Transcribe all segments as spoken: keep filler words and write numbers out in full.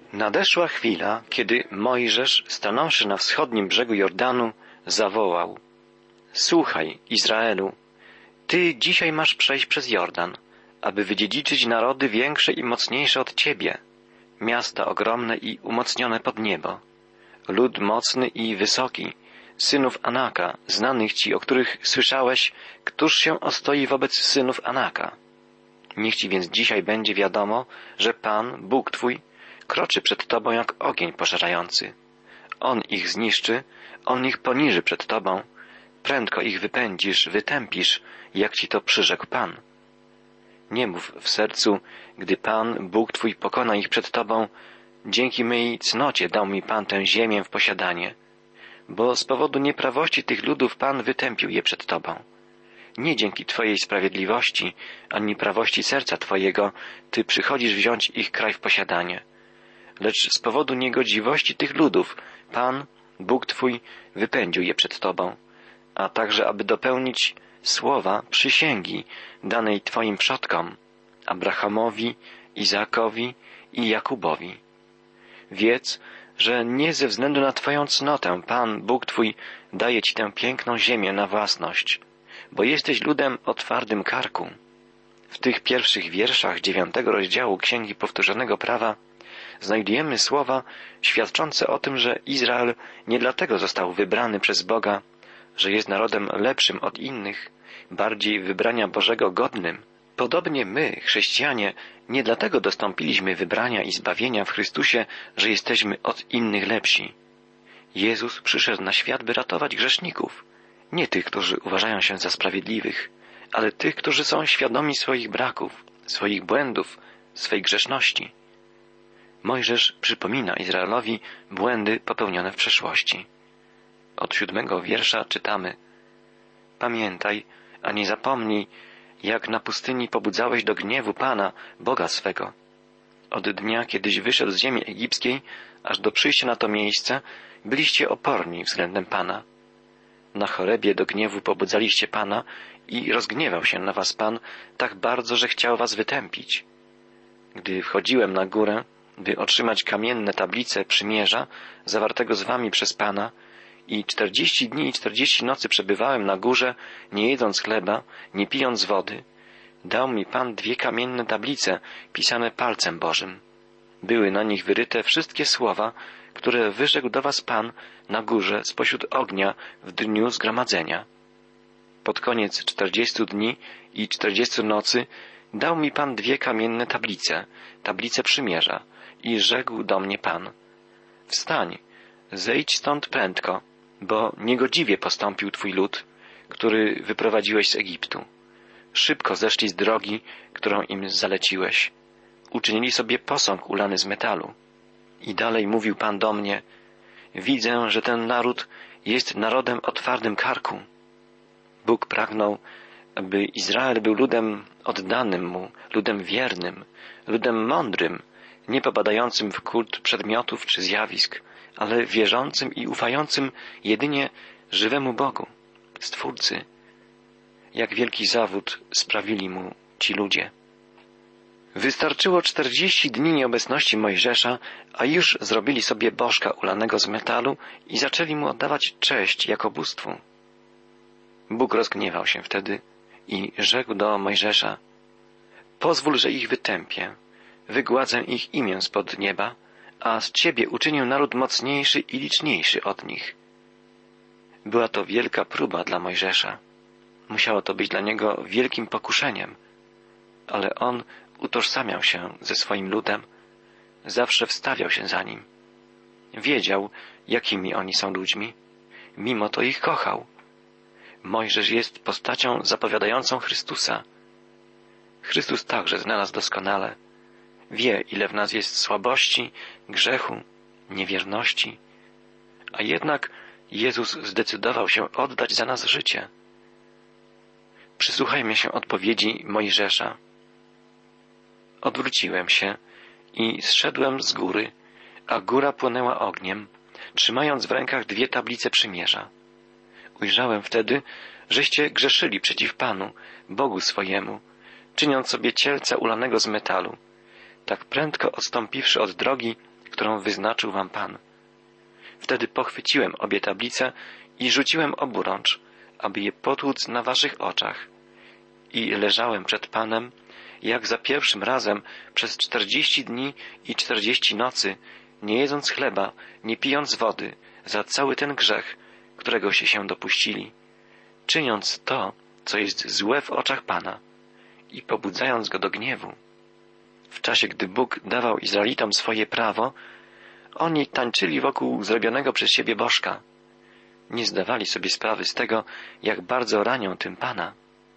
Nadeszła chwila, kiedy Mojżesz, stanąwszy na wschodnim brzegu Jordanu, zawołał: Słuchaj, Izraelu, ty dzisiaj masz przejść przez Jordan, aby wydziedziczyć narody większe i mocniejsze od ciebie, miasta ogromne i umocnione pod niebo, lud mocny i wysoki, synów Anaka, znanych ci, o których słyszałeś, któż się ostoi wobec synów Anaka. Niech ci więc dzisiaj będzie wiadomo, że Pan, Bóg twój, kroczy przed tobą jak ogień pożerający. On ich zniszczy, on ich poniży przed tobą, prędko ich wypędzisz, wytępisz, jak ci to przyrzekł Pan. Nie mów w sercu, gdy Pan, Bóg twój, pokona ich przed tobą, dzięki mej cnocie dał mi Pan tę ziemię w posiadanie, bo z powodu nieprawości tych ludów Pan wytępił je przed tobą. Nie dzięki twojej sprawiedliwości, ani prawości serca twojego, ty przychodzisz wziąć ich kraj w posiadanie, lecz z powodu niegodziwości tych ludów Pan, Bóg twój, wypędził je przed tobą, a także aby dopełnić słowa przysięgi danej twoim przodkom, Abrahamowi, Izaakowi i Jakubowi. Wiedz, że nie ze względu na twoją cnotę Pan, Bóg twój, daje ci tę piękną ziemię na własność, bo jesteś ludem o twardym karku. W tych pierwszych wierszach dziewiątego rozdziału Księgi Powtórzonego Prawa znajdujemy słowa świadczące o tym, że Izrael nie dlatego został wybrany przez Boga, że jest narodem lepszym od innych, bardziej wybrania Bożego godnym. Podobnie my, chrześcijanie, nie dlatego dostąpiliśmy wybrania i zbawienia w Chrystusie, że jesteśmy od innych lepsi. Jezus przyszedł na świat, by ratować grzeszników, nie tych, którzy uważają się za sprawiedliwych, ale tych, którzy są świadomi swoich braków, swoich błędów, swej grzeszności. Mojżesz przypomina Izraelowi błędy popełnione w przeszłości. Od siódmego wiersza czytamy: Pamiętaj, a nie zapomnij, jak na pustyni pobudzałeś do gniewu Pana, Boga swego. Od dnia, kiedyś wyszedł z ziemi egipskiej, aż do przyjścia na to miejsce, byliście oporni względem Pana. Na Chorebie do gniewu pobudzaliście Pana i rozgniewał się na was Pan tak bardzo, że chciał was wytępić. Gdy wchodziłem na górę, by otrzymać kamienne tablice przymierza zawartego z wami przez Pana, i czterdzieści dni i czterdzieści nocy przebywałem na górze, nie jedząc chleba, nie pijąc wody, dał mi Pan dwie kamienne tablice pisane palcem Bożym. Były na nich wyryte wszystkie słowa, które wyrzekł do was Pan na górze spośród ognia w dniu zgromadzenia. Pod koniec czterdziestu dni i czterdziestu nocy dał mi Pan dwie kamienne tablice, tablice przymierza, i rzekł do mnie Pan: Wstań, zejdź stąd prędko, bo niegodziwie postąpił Twój lud, który wyprowadziłeś z Egiptu. Szybko zeszli z drogi, którą im zaleciłeś. Uczynili sobie posąg ulany z metalu. I dalej mówił Pan do mnie: Widzę, że ten naród jest narodem o twardym karku. Bóg pragnął, aby Izrael był ludem oddanym Mu, ludem wiernym, ludem mądrym, nie popadającym w kult przedmiotów czy zjawisk, ale wierzącym i ufającym jedynie żywemu Bogu, Stwórcy. Jak wielki zawód sprawili Mu ci ludzie. Wystarczyło czterdzieści dni nieobecności Mojżesza, a już zrobili sobie bożka ulanego z metalu i zaczęli Mu oddawać cześć jako bóstwu. Bóg rozgniewał się wtedy i rzekł do Mojżesza: Pozwól, że ich wytępię, wygładzę ich imię spod nieba, a z Ciebie uczynię naród mocniejszy i liczniejszy od nich. Była to wielka próba dla Mojżesza. Musiało to być dla niego wielkim pokuszeniem, ale on utożsamiał się ze swoim ludem, zawsze wstawiał się za nim. Wiedział, jakimi oni są ludźmi, mimo to ich kochał. Mojżesz jest postacią zapowiadającą Chrystusa. Chrystus także zna nas doskonale. Wie, ile w nas jest słabości, grzechu, niewierności, a jednak Jezus zdecydował się oddać za nas życie. Przysłuchajmy się odpowiedzi Mojżesza. Odwróciłem się i zszedłem z góry, a góra płonęła ogniem, trzymając w rękach dwie tablice przymierza. Ujrzałem wtedy, żeście grzeszyli przeciw Panu, Bogu swojemu, czyniąc sobie cielca ulanego z metalu, tak prędko odstąpiwszy od drogi, którą wyznaczył wam Pan. Wtedy pochwyciłem obie tablice i rzuciłem oburącz, aby je potłuc na waszych oczach. I leżałem przed Panem, jak za pierwszym razem przez czterdzieści dni i czterdzieści nocy, nie jedząc chleba, nie pijąc wody, za cały ten grzech, którego się się dopuścili, czyniąc to, co jest złe w oczach Pana i pobudzając go do gniewu. W czasie, gdy Bóg dawał Izraelitom swoje prawo, oni tańczyli wokół zrobionego przez siebie bożka. Nie zdawali sobie sprawy z tego, jak bardzo ranią tym Pana.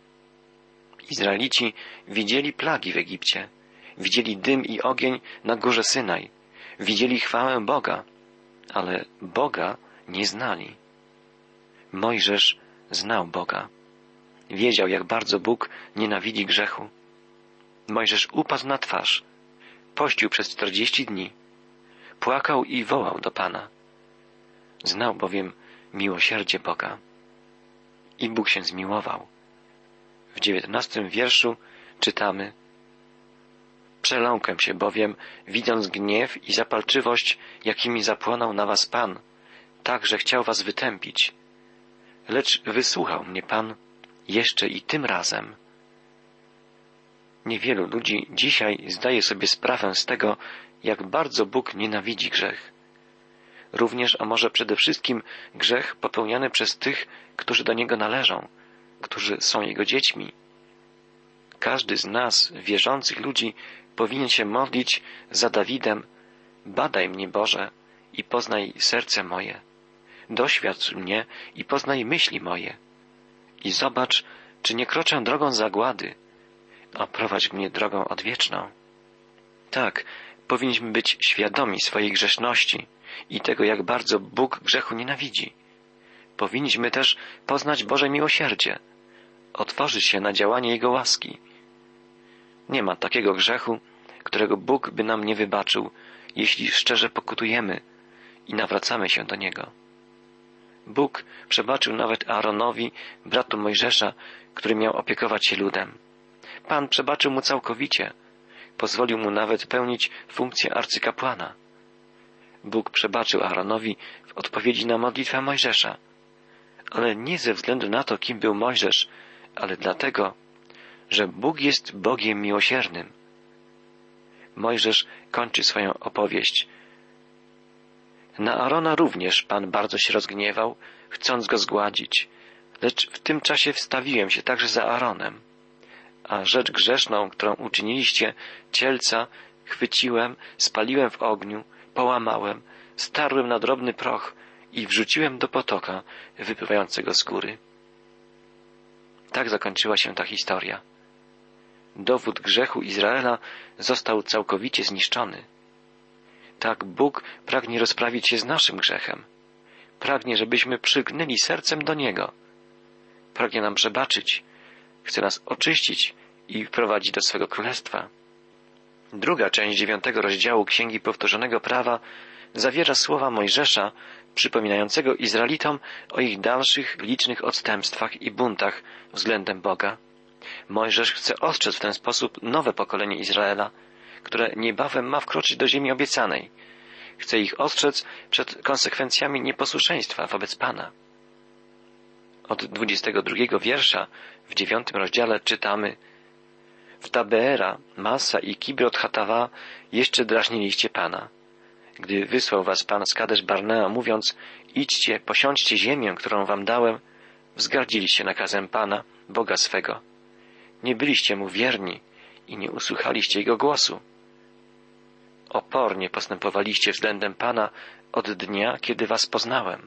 Izraelici widzieli plagi w Egipcie, widzieli dym i ogień na górze Synaj, widzieli chwałę Boga, ale Boga nie znali. Mojżesz znał Boga. Wiedział, jak bardzo Bóg nienawidzi grzechu. Mojżesz upadł na twarz, pościł przez czterdzieści dni, płakał i wołał do Pana. Znał bowiem miłosierdzie Boga. I Bóg się zmiłował. W dziewiętnastym wierszu czytamy: Przeląkłem się bowiem, widząc gniew i zapalczywość, jakimi zapłonął na was Pan, tak, że chciał was wytępić. Lecz wysłuchał mnie Pan jeszcze i tym razem. Niewielu ludzi dzisiaj zdaje sobie sprawę z tego, jak bardzo Bóg nienawidzi grzech. Również, a może przede wszystkim grzech popełniany przez tych, którzy do Niego należą, którzy są Jego dziećmi. Każdy z nas, wierzących ludzi, powinien się modlić za Dawidem: badaj mnie, Boże, i poznaj serce moje. Doświadcz mnie i poznaj myśli moje. I zobacz, czy nie kroczę drogą zagłady, a prowadź mnie drogą odwieczną. Tak, powinniśmy być świadomi swojej grzeszności i tego, jak bardzo Bóg grzechu nienawidzi. Powinniśmy też poznać Boże miłosierdzie, otworzyć się na działanie Jego łaski. Nie ma takiego grzechu, którego Bóg by nam nie wybaczył, jeśli szczerze pokutujemy i nawracamy się do Niego. Bóg przebaczył nawet Aaronowi, bratu Mojżesza, który miał opiekować się ludem. Pan przebaczył mu całkowicie, pozwolił mu nawet pełnić funkcję arcykapłana. Bóg przebaczył Aaronowi w odpowiedzi na modlitwę Mojżesza, ale nie ze względu na to, kim był Mojżesz, ale dlatego, że Bóg jest Bogiem miłosiernym. Mojżesz kończy swoją opowieść. Na Aarona również Pan bardzo się rozgniewał, chcąc go zgładzić, lecz w tym czasie wstawiłem się także za Aaronem. A rzecz grzeszną, którą uczyniliście, cielca, chwyciłem, spaliłem w ogniu, połamałem, starłem na drobny proch i wrzuciłem do potoka wypływającego z góry. Tak zakończyła się ta historia. Dowód grzechu Izraela został całkowicie zniszczony. Tak Bóg pragnie rozprawić się z naszym grzechem. Pragnie, żebyśmy przygnęli sercem do Niego. Pragnie nam przebaczyć. Chce nas oczyścić i wprowadzić do swego królestwa. Druga część dziewiątego rozdziału Księgi Powtórzonego Prawa zawiera słowa Mojżesza przypominającego Izraelitom o ich dalszych, licznych odstępstwach i buntach względem Boga. Mojżesz chce ostrzec w ten sposób nowe pokolenie Izraela, które niebawem ma wkroczyć do ziemi obiecanej. Chce ich ostrzec przed konsekwencjami nieposłuszeństwa wobec Pana. Od dwudziestego drugiego wiersza w dziewiątym rozdziale czytamy: W Tabeera, Massa i Kibrot Hatawa jeszcze drażniliście Pana. Gdy wysłał was Pan z Kadesz Barnea, mówiąc: idźcie, posiądźcie ziemię, którą wam dałem, wzgardziliście nakazem Pana, Boga swego. Nie byliście Mu wierni i nie usłuchaliście Jego głosu. Opornie postępowaliście względem Pana od dnia, kiedy was poznałem.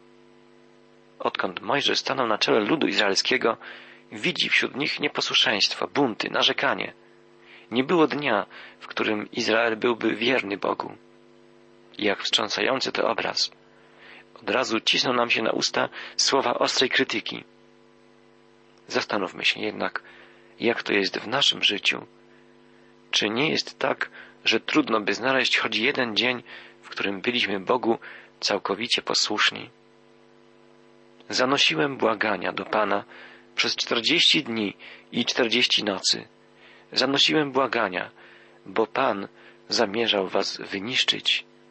Odkąd Mojżesz stanął na czele ludu izraelskiego, widzi wśród nich nieposłuszeństwo, bunty, narzekanie. Nie było dnia, w którym Izrael byłby wierny Bogu. I jak wstrząsający to obraz. Od razu cisną nam się na usta słowa ostrej krytyki. Zastanówmy się jednak, jak to jest w naszym życiu. Czy nie jest tak, że trudno by znaleźć choć jeden dzień, w którym byliśmy Bogu całkowicie posłuszni? Zanosiłem błagania do Pana przez czterdzieści dni i czterdzieści nocy. Zanosiłem błagania, bo Pan zamierzał was wyniszczyć.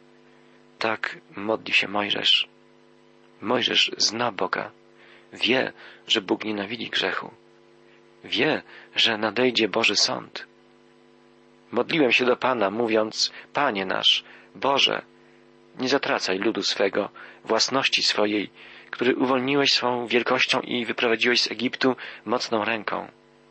Tak modli się Mojżesz. Mojżesz zna Boga. Wie, że Bóg nienawidzi grzechu. Wie, że nadejdzie Boży sąd. Modliłem się do Pana, mówiąc: Panie nasz, Boże, nie zatracaj ludu swego, własności swojej, który uwolniłeś swą wielkością i wyprowadziłeś z Egiptu mocną ręką.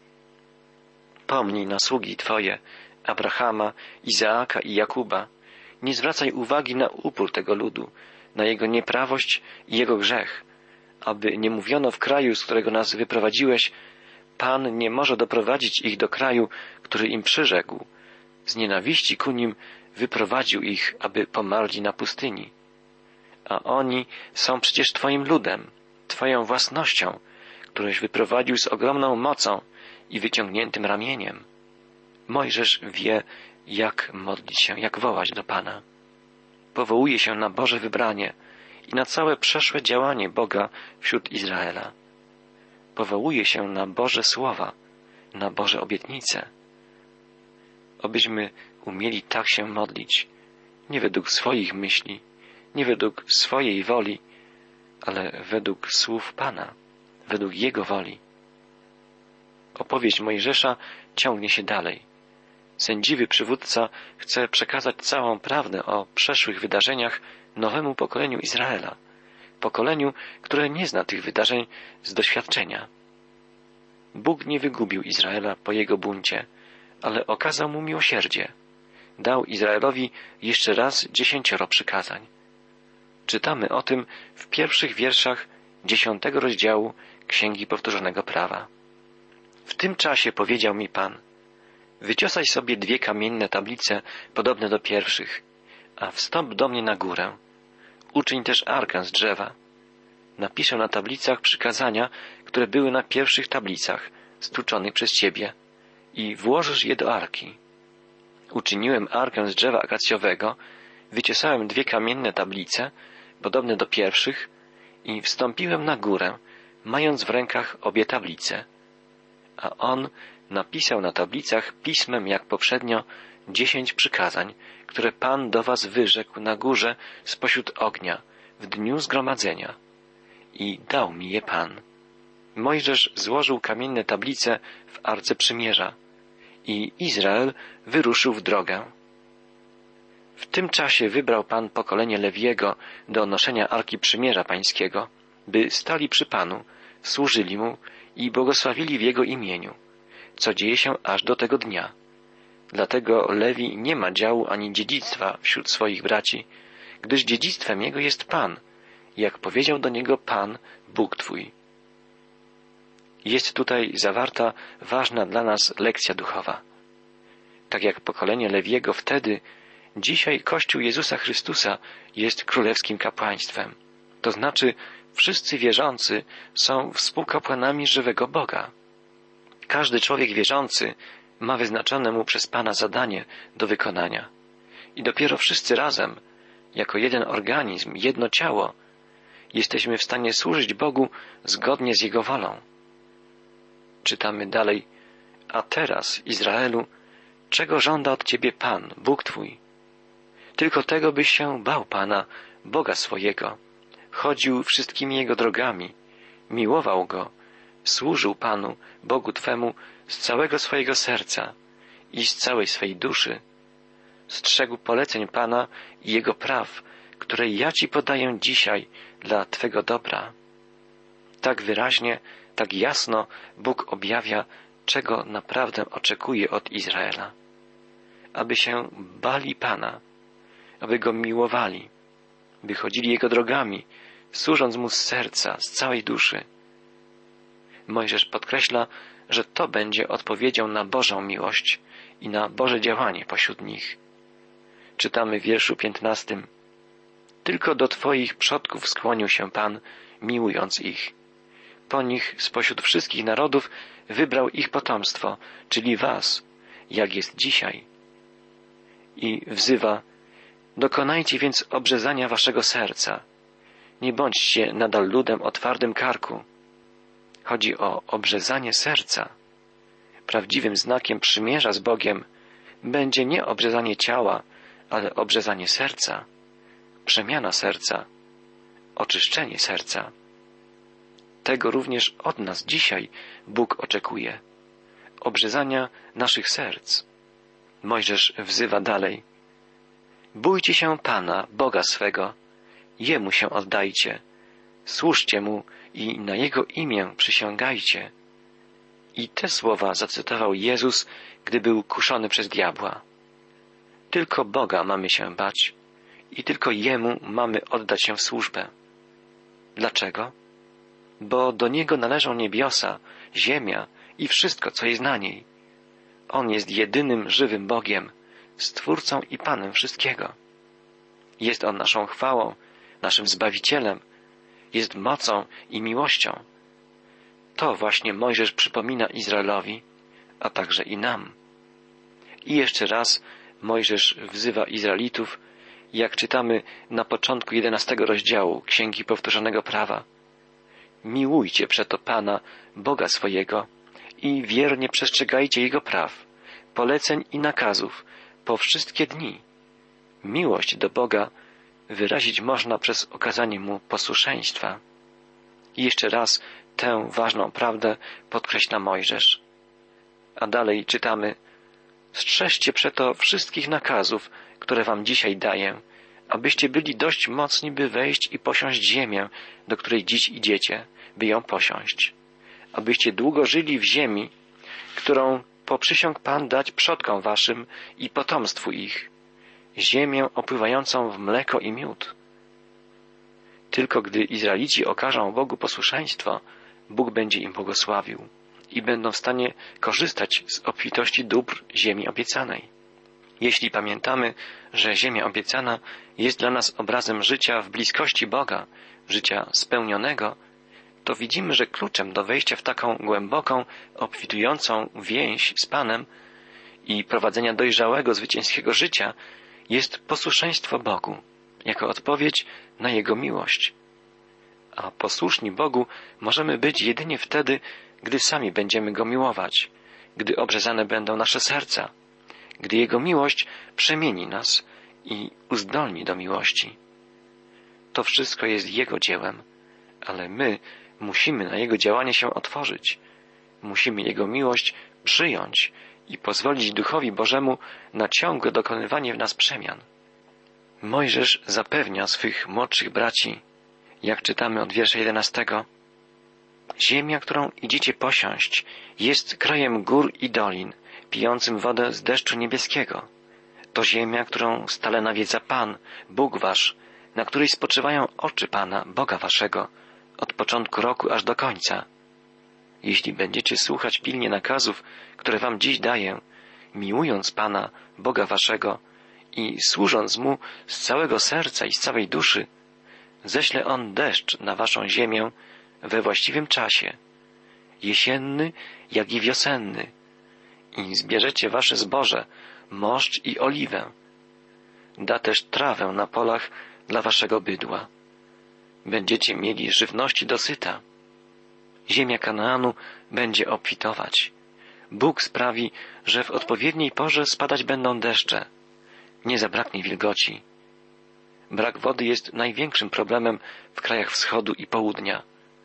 Pomnij na sługi Twoje, Abrahama, Izaaka i Jakuba. Nie zwracaj uwagi na upór tego ludu, na jego nieprawość i jego grzech, aby nie mówiono w kraju, z którego nas wyprowadziłeś: Pan nie może doprowadzić ich do kraju, który im przyrzekł. Z nienawiści ku nim wyprowadził ich, aby pomarli na pustyni. A oni są przecież Twoim ludem, Twoją własnością, któreś wyprowadził z ogromną mocą i wyciągniętym ramieniem. Mojżesz wie, jak modlić się, jak wołać do Pana. Powołuje się na Boże wybranie i na całe przeszłe działanie Boga wśród Izraela. Powołuje się na Boże słowa, na Boże obietnice. Obyśmy umieli tak się modlić, nie według swoich myśli, nie według swojej woli, ale według słów Pana, według Jego woli. Opowieść Mojżesza ciągnie się dalej. Sędziwy przywódca chce przekazać całą prawdę o przeszłych wydarzeniach nowemu pokoleniu Izraela, pokoleniu, które nie zna tych wydarzeń z doświadczenia. Bóg nie wygubił Izraela po jego buncie, ale okazał mu miłosierdzie. Dał Izraelowi jeszcze raz dziesięcioro przykazań. Czytamy o tym w pierwszych wierszach dziesiątego rozdziału Księgi Powtórzonego Prawa. W tym czasie powiedział mi Pan: wyciosaj sobie dwie kamienne tablice podobne do pierwszych, a wstąp do mnie na górę. Uczyń też arkę z drzewa. Napiszę na tablicach przykazania, które były na pierwszych tablicach, stłuczonych przez Ciebie, i włożysz je do arki. Uczyniłem arkę z drzewa akacjowego, wyciosałem dwie kamienne tablice, podobne do pierwszych, i wstąpiłem na górę, mając w rękach obie tablice. A on napisał na tablicach pismem jak poprzednio dziesięć przykazań, które Pan do was wyrzekł na górze spośród ognia w dniu zgromadzenia. I dał mi je Pan. Mojżesz złożył kamienne tablice w Arce Przymierza i Izrael wyruszył w drogę. W tym czasie wybrał Pan pokolenie Lewiego do noszenia Arki Przymierza Pańskiego, by stali przy Panu, służyli Mu i błogosławili w Jego imieniu, co dzieje się aż do tego dnia. Dlatego Lewi nie ma działu ani dziedzictwa wśród swoich braci, gdyż dziedzictwem jego jest Pan, jak powiedział do niego Pan, Bóg Twój. Jest tutaj zawarta ważna dla nas lekcja duchowa. Tak jak pokolenie Lewiego wtedy, dzisiaj Kościół Jezusa Chrystusa jest królewskim kapłaństwem. To znaczy, wszyscy wierzący są współkapłanami żywego Boga. Każdy człowiek wierzący ma wyznaczone mu przez Pana zadanie do wykonania. I dopiero wszyscy razem, jako jeden organizm, jedno ciało, jesteśmy w stanie służyć Bogu zgodnie z Jego wolą. Czytamy dalej: a teraz, Izraelu, czego żąda od Ciebie Pan, Bóg Twój? Tylko tego, byś się bał Pana, Boga swojego, chodził wszystkimi Jego drogami, miłował Go, służył Panu, Bogu Twemu z całego swojego serca i z całej swej duszy, strzegł poleceń Pana i Jego praw, które ja Ci podaję dzisiaj dla Twego dobra. Tak wyraźnie, tak jasno Bóg objawia, czego naprawdę oczekuje od Izraela. Aby się bali Pana, aby Go miłowali, by chodzili Jego drogami, służąc Mu z serca, z całej duszy. Mojżesz podkreśla, że to będzie odpowiedzią na Bożą miłość i na Boże działanie pośród nich. Czytamy w wierszu piętnastym: tylko do Twoich przodków skłonił się Pan, miłując ich. Po nich spośród wszystkich narodów wybrał ich potomstwo, czyli was, jak jest dzisiaj. I wzywa: dokonajcie więc obrzezania waszego serca. Nie bądźcie nadal ludem o twardym karku. Chodzi o obrzezanie serca. Prawdziwym znakiem przymierza z Bogiem będzie nie obrzezanie ciała, ale obrzezanie serca. przemiana serca, oczyszczenie serca. Tego również od nas dzisiaj Bóg oczekuje. Obrzezania naszych serc. Mojżesz wzywa dalej. Bójcie się Pana, Boga swego, Jemu się oddajcie, służcie Mu i na Jego imię przysięgajcie. I te słowa zacytował Jezus, gdy był kuszony przez diabła. Tylko Boga mamy się bać i tylko Jemu mamy oddać się w służbę. Dlaczego? Bo do Niego należą niebiosa, ziemia i wszystko, co jest na niej. On jest jedynym żywym Bogiem, Stwórcą i Panem wszystkiego. Jest On naszą chwałą, naszym Zbawicielem, jest mocą i miłością. To właśnie Mojżesz przypomina Izraelowi, a także i nam. I jeszcze raz Mojżesz wzywa Izraelitów, jak czytamy na początku jedenastego rozdziału Księgi Powtórzonego Prawa. Miłujcie przeto Pana, Boga swojego i wiernie przestrzegajcie Jego praw, poleceń i nakazów po wszystkie dni. Miłość do Boga wyrazić można przez okazanie Mu posłuszeństwa. I jeszcze raz tę ważną prawdę podkreśla Mojżesz. A dalej czytamy: strzeżcie przeto wszystkich nakazów, które wam dzisiaj daję, abyście byli dość mocni, by wejść i posiąść ziemię, do której dziś idziecie, by ją posiąść. Abyście długo żyli w ziemi, którą poprzysiągł Pan dać przodkom waszym i potomstwu ich, ziemię opływającą w mleko i miód. Tylko gdy Izraelici okażą Bogu posłuszeństwo, Bóg będzie im błogosławił i będą w stanie korzystać z obfitości dóbr ziemi obiecanej. Jeśli pamiętamy, że ziemia obiecana jest dla nas obrazem życia w bliskości Boga, życia spełnionego, to widzimy, że kluczem do wejścia w taką głęboką, obfitującą więź z Panem i prowadzenia dojrzałego, zwycięskiego życia jest posłuszeństwo Bogu, jako odpowiedź na Jego miłość. A posłuszni Bogu możemy być jedynie wtedy, gdy sami będziemy Go miłować, gdy obrzezane będą nasze serca, gdy Jego miłość przemieni nas i uzdolni do miłości. To wszystko jest Jego dziełem, ale my musimy na Jego działanie się otworzyć. Musimy Jego miłość przyjąć i pozwolić Duchowi Bożemu na ciągłe dokonywanie w nas przemian. Mojżesz zapewnia swych młodszych braci, jak czytamy od wiersza jedenastego, ziemia, którą idziecie posiąść, jest krajem gór i dolin, pijącym wodę z deszczu niebieskiego. To ziemia, którą stale nawiedza Pan, Bóg wasz, na której spoczywają oczy Pana, Boga waszego, od początku roku aż do końca. Jeśli będziecie słuchać pilnie nakazów, które wam dziś daję, miłując Pana, Boga waszego i służąc Mu z całego serca i z całej duszy, ześle On deszcz na waszą ziemię we właściwym czasie, jesienny, jak i wiosenny, i zbierzecie wasze zboże, moszcz i oliwę. Da też trawę na polach dla waszego bydła. Będziecie mieli żywności dosyta. Ziemia Kanaanu będzie obfitować. Bóg sprawi, że w odpowiedniej porze spadać będą deszcze. Nie zabraknie wilgoci. Brak wody jest największym problemem w krajach wschodu i południa.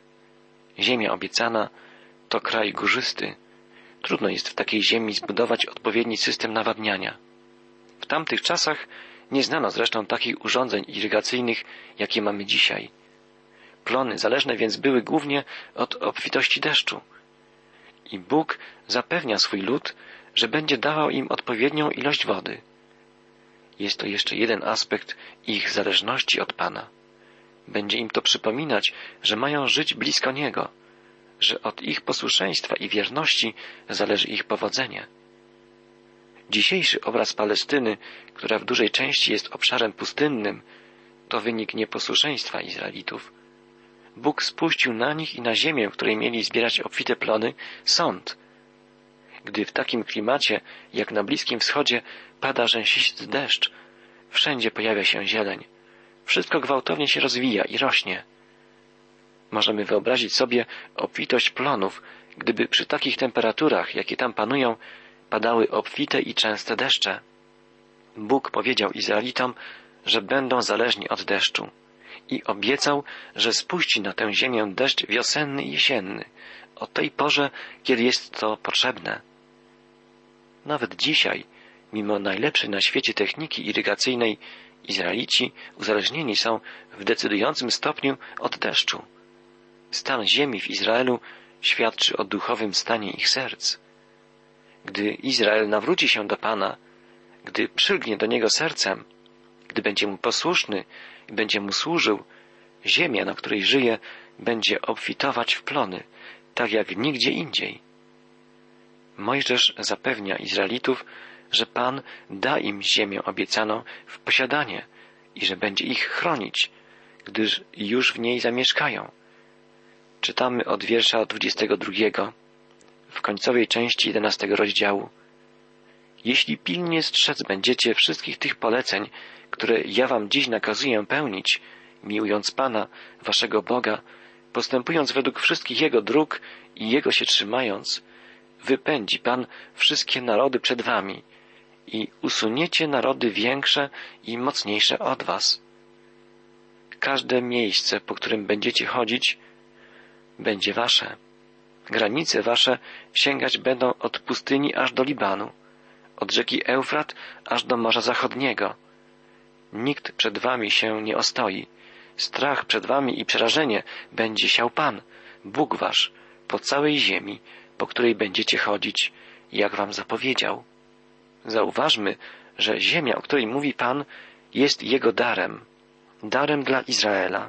Ziemia obiecana to kraj górzysty. Trudno jest w takiej ziemi zbudować odpowiedni system nawadniania. W tamtych czasach nie znano zresztą takich urządzeń irygacyjnych, jakie mamy dzisiaj. Plony zależne więc były głównie od obfitości deszczu. I Bóg zapewnia swój lud, że będzie dawał im odpowiednią ilość wody. Jest to jeszcze jeden aspekt ich zależności od Pana. Będzie im to przypominać, że mają żyć blisko Niego, że od ich posłuszeństwa i wierności zależy ich powodzenie. Dzisiejszy obraz Palestyny, która w dużej części jest obszarem pustynnym, to wynik nieposłuszeństwa Izraelitów. Bóg spuścił na nich i na ziemię, w której mieli zbierać obfite plony, sąd. Gdy w takim klimacie, jak na Bliskim Wschodzie, pada rzęsisty deszcz, wszędzie pojawia się zieleń. Wszystko gwałtownie się rozwija i rośnie. Możemy wyobrazić sobie obfitość plonów, gdyby przy takich temperaturach, jakie tam panują, padały obfite i częste deszcze. Bóg powiedział Izraelitom, że będą zależni od deszczu i obiecał, że spuści na tę ziemię deszcz wiosenny i jesienny, o tej porze, kiedy jest to potrzebne. Nawet dzisiaj, mimo najlepszej na świecie techniki irygacyjnej, Izraelici uzależnieni są w decydującym stopniu od deszczu. Stan ziemi w Izraelu świadczy o duchowym stanie ich serc. Gdy Izrael nawróci się do Pana, gdy przylgnie do Niego sercem, gdy będzie Mu posłuszny i będzie Mu służył, ziemia, na której żyje, będzie obfitować w plony, tak jak nigdzie indziej. Mojżesz zapewnia Izraelitów, że Pan da im ziemię obiecaną w posiadanie i że będzie ich chronić, gdyż już w niej zamieszkają. Czytamy od wiersza dwudziestego drugiego w końcowej części jedenastego rozdziału. Jeśli pilnie strzec będziecie wszystkich tych poleceń, które ja wam dziś nakazuję pełnić, miłując Pana, waszego Boga, postępując według wszystkich Jego dróg i Jego się trzymając, wypędzi Pan wszystkie narody przed wami i usuniecie narody większe i mocniejsze od was. Każde miejsce, po którym będziecie chodzić, będzie wasze. Granice wasze sięgać będą od pustyni aż do Libanu, od rzeki Eufrat aż do Morza Zachodniego. Nikt przed wami się nie ostoi. Strach przed wami i przerażenie będzie siał Pan, Bóg wasz, po całej ziemi, po której będziecie chodzić, jak wam zapowiedział. Zauważmy, że ziemia, o której mówi Pan, jest Jego darem, darem dla Izraela.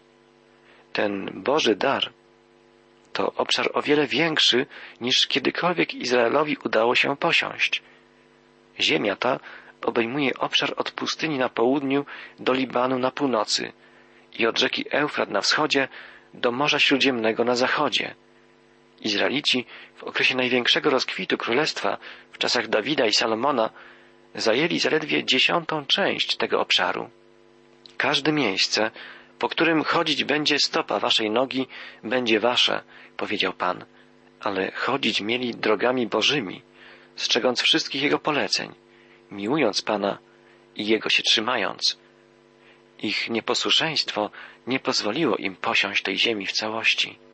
Ten Boży dar to obszar o wiele większy, niż kiedykolwiek Izraelowi udało się posiąść. Ziemia ta obejmuje obszar od pustyni na południu do Libanu na północy i od rzeki Eufrat na wschodzie do Morza Śródziemnego na zachodzie. Izraelici w okresie największego rozkwitu królestwa, w czasach Dawida i Salomona, zajęli zaledwie dziesiątą część tego obszaru. Każde miejsce, po którym chodzić będzie stopa waszej nogi, będzie wasze, powiedział Pan, ale chodzić mieli drogami Bożymi, strzegąc wszystkich Jego poleceń, miłując Pana i Jego się trzymając. Ich nieposłuszeństwo nie pozwoliło im posiąść tej ziemi w całości.